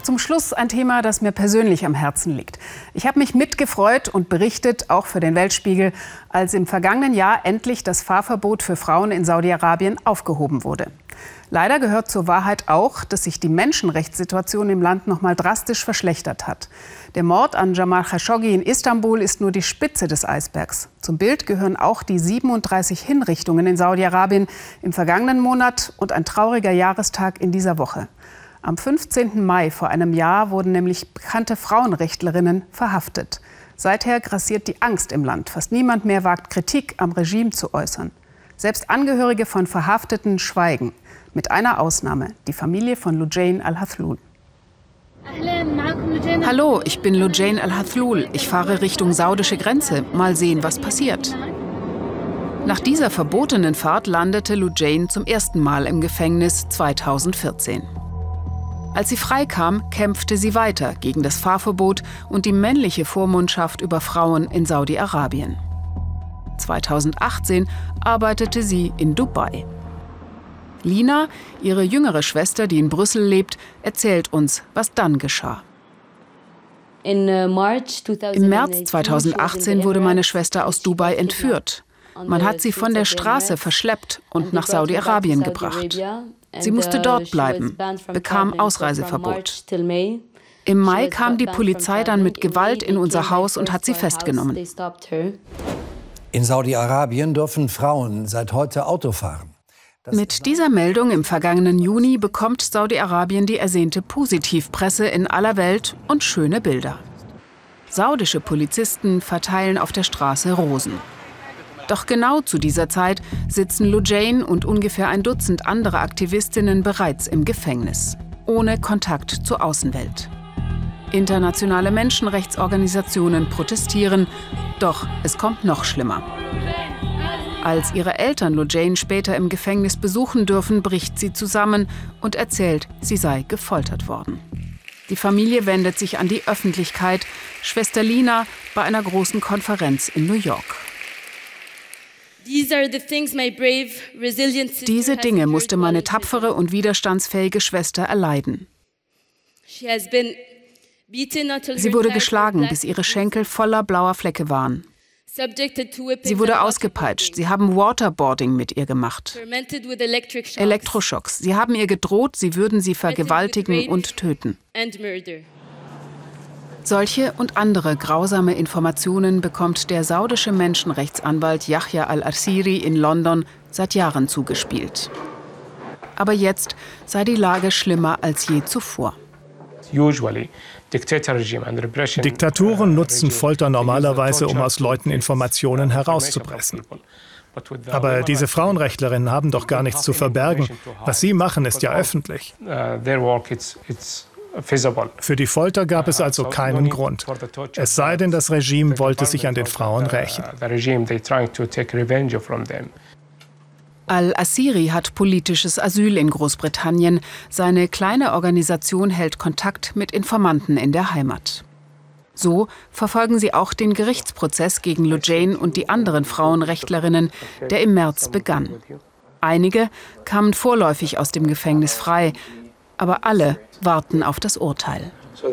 zum Schluss ein Thema, das mir persönlich am Herzen liegt. Ich habe mich mitgefreut und berichtet, auch für den Weltspiegel, als im vergangenen Jahr endlich das Fahrverbot für Frauen in Saudi-Arabien aufgehoben wurde. Leider gehört zur Wahrheit auch, dass sich die Menschenrechtssituation im Land noch mal drastisch verschlechtert hat. Der Mord an Jamal Khashoggi in Istanbul ist nur die Spitze des Eisbergs. Zum Bild gehören auch die 37 Hinrichtungen in Saudi-Arabien im vergangenen Monat und ein trauriger Jahrestag in dieser Woche. Am 15. Mai vor einem Jahr wurden nämlich bekannte Frauenrechtlerinnen verhaftet. Seither grassiert die Angst im Land. Fast niemand mehr wagt, Kritik am Regime zu äußern. Selbst Angehörige von Verhafteten schweigen. Mit einer Ausnahme, die Familie von Loujain al-Hathloul. Hallo, ich bin Loujain al-Hathloul. Ich fahre Richtung saudische Grenze. Mal sehen, was passiert. Nach dieser verbotenen Fahrt landete Loujain zum ersten Mal im Gefängnis 2014. Als sie freikam, kämpfte sie weiter gegen das Fahrverbot und die männliche Vormundschaft über Frauen in Saudi-Arabien. 2018 arbeitete sie in Dubai. Lina, ihre jüngere Schwester, die in Brüssel lebt, erzählt uns, was dann geschah. Im März 2018 wurde meine Schwester aus Dubai entführt. Man hat sie von der Straße verschleppt und nach Saudi-Arabien gebracht. Sie musste dort bleiben, bekam Ausreiseverbot. Im Mai kam die Polizei dann mit Gewalt in unser Haus und hat sie festgenommen. In Saudi-Arabien dürfen Frauen seit heute Auto fahren. Mit dieser Meldung im vergangenen Juni bekommt Saudi-Arabien die ersehnte Positivpresse in aller Welt und schöne Bilder. Saudische Polizisten verteilen auf der Straße Rosen. Doch genau zu dieser Zeit sitzen Loujain und ungefähr ein Dutzend andere Aktivistinnen bereits im Gefängnis, ohne Kontakt zur Außenwelt. Internationale Menschenrechtsorganisationen protestieren, doch es kommt noch schlimmer. Als ihre Eltern Loujain später im Gefängnis besuchen dürfen, bricht sie zusammen und erzählt, sie sei gefoltert worden. Die Familie wendet sich an die Öffentlichkeit, Schwester Lina bei einer großen Konferenz in New York. Diese Dinge musste meine tapfere und widerstandsfähige Schwester erleiden. Sie wurde geschlagen, bis ihre Schenkel voller blauer Flecke waren. Sie wurde ausgepeitscht. Sie haben Waterboarding mit ihr gemacht. Elektroschocks. Sie haben ihr gedroht, sie würden sie vergewaltigen und töten. Solche und andere grausame Informationen bekommt der saudische Menschenrechtsanwalt Yahya al-Arsiri in London seit Jahren zugespielt. Aber jetzt sei die Lage schlimmer als je zuvor. Diktaturen nutzen Folter normalerweise, um aus Leuten Informationen herauszupressen. Aber diese Frauenrechtlerinnen haben doch gar nichts zu verbergen. Was sie machen, ist ja öffentlich. Für die Folter gab es also keinen Grund. Es sei denn, das Regime wollte sich an den Frauen rächen. Al-Assiri hat politisches Asyl in Großbritannien. Seine kleine Organisation hält Kontakt mit Informanten in der Heimat. So verfolgen sie auch den Gerichtsprozess gegen Loujain und die anderen Frauenrechtlerinnen, der im März begann. Einige kamen vorläufig aus dem Gefängnis frei, aber alle warten auf das Urteil.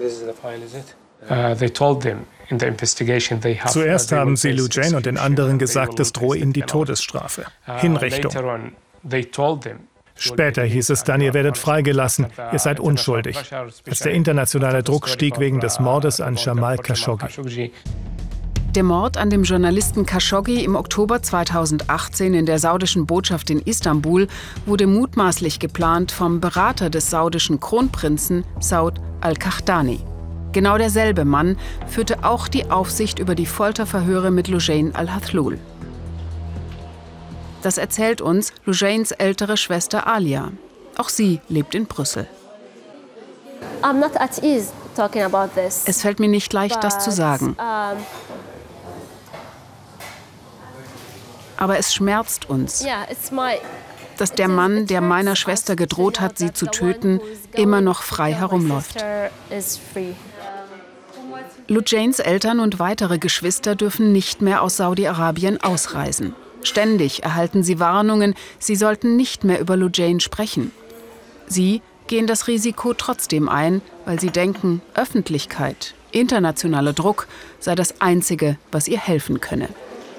Zuerst haben sie Loujain und den anderen gesagt, es drohe ihnen die Todesstrafe. Hinrichtung. Später hieß es dann, ihr werdet freigelassen, ihr seid unschuldig, als der internationale Druck stieg wegen des Mordes an Jamal Khashoggi. Der Mord an dem Journalisten Khashoggi im Oktober 2018 in der saudischen Botschaft in Istanbul wurde mutmaßlich geplant vom Berater des saudischen Kronprinzen Saud al-Qahtani. Genau derselbe Mann führte auch die Aufsicht über die Folterverhöre mit Loujain al-Hathloul. Das erzählt uns Loujains ältere Schwester Alia. Auch sie lebt in Brüssel. Es fällt mir nicht leicht, das zu sagen. Aber es schmerzt uns, dass der Mann, der meiner Schwester gedroht hat, sie zu töten, immer noch frei herumläuft. Loujains Eltern und weitere Geschwister dürfen nicht mehr aus Saudi-Arabien ausreisen. Ständig erhalten sie Warnungen, sie sollten nicht mehr über Loujain sprechen. Sie gehen das Risiko trotzdem ein, weil sie denken, Öffentlichkeit, internationaler Druck sei das Einzige, was ihr helfen könne.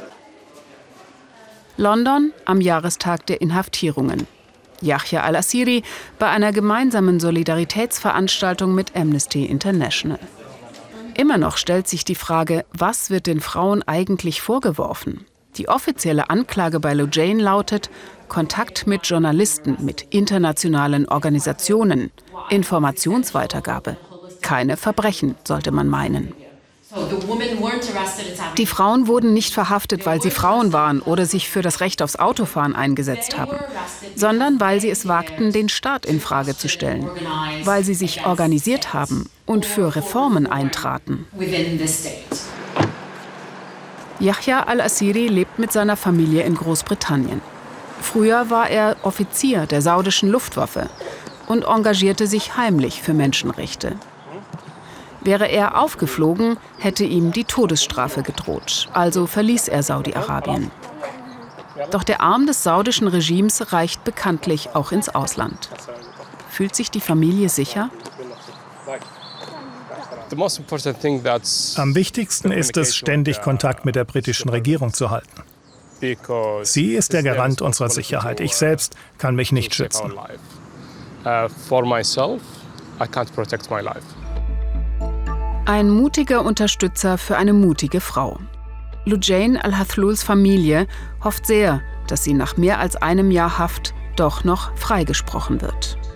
London am Jahrestag der Inhaftierungen. Yahya al-Assiri bei einer gemeinsamen Solidaritätsveranstaltung mit Amnesty International. Immer noch stellt sich die Frage, was wird den Frauen eigentlich vorgeworfen? Die offizielle Anklage bei Loujain lautet Kontakt mit Journalisten, mit internationalen Organisationen, Informationsweitergabe. Keine Verbrechen, sollte man meinen. Die Frauen wurden nicht verhaftet, weil sie Frauen waren oder sich für das Recht aufs Autofahren eingesetzt haben, sondern weil sie es wagten, den Staat in Frage zu stellen, weil sie sich organisiert haben und für Reformen eintraten. Yahya al-Assiri lebt mit seiner Familie in Großbritannien. Früher war er Offizier der saudischen Luftwaffe und engagierte sich heimlich für Menschenrechte. Wäre er aufgeflogen, hätte ihm die Todesstrafe gedroht, also verließ er Saudi-Arabien. Doch der Arm des saudischen Regimes reicht bekanntlich auch ins Ausland. Fühlt sich die Familie sicher? Am wichtigsten ist es, ständig Kontakt mit der britischen Regierung zu halten. Sie ist der Garant unserer Sicherheit. Ich selbst kann mich nicht schützen. Ein mutiger Unterstützer für eine mutige Frau. Loujain al-Hathlouls Familie hofft sehr, dass sie nach mehr als einem Jahr Haft doch noch freigesprochen wird.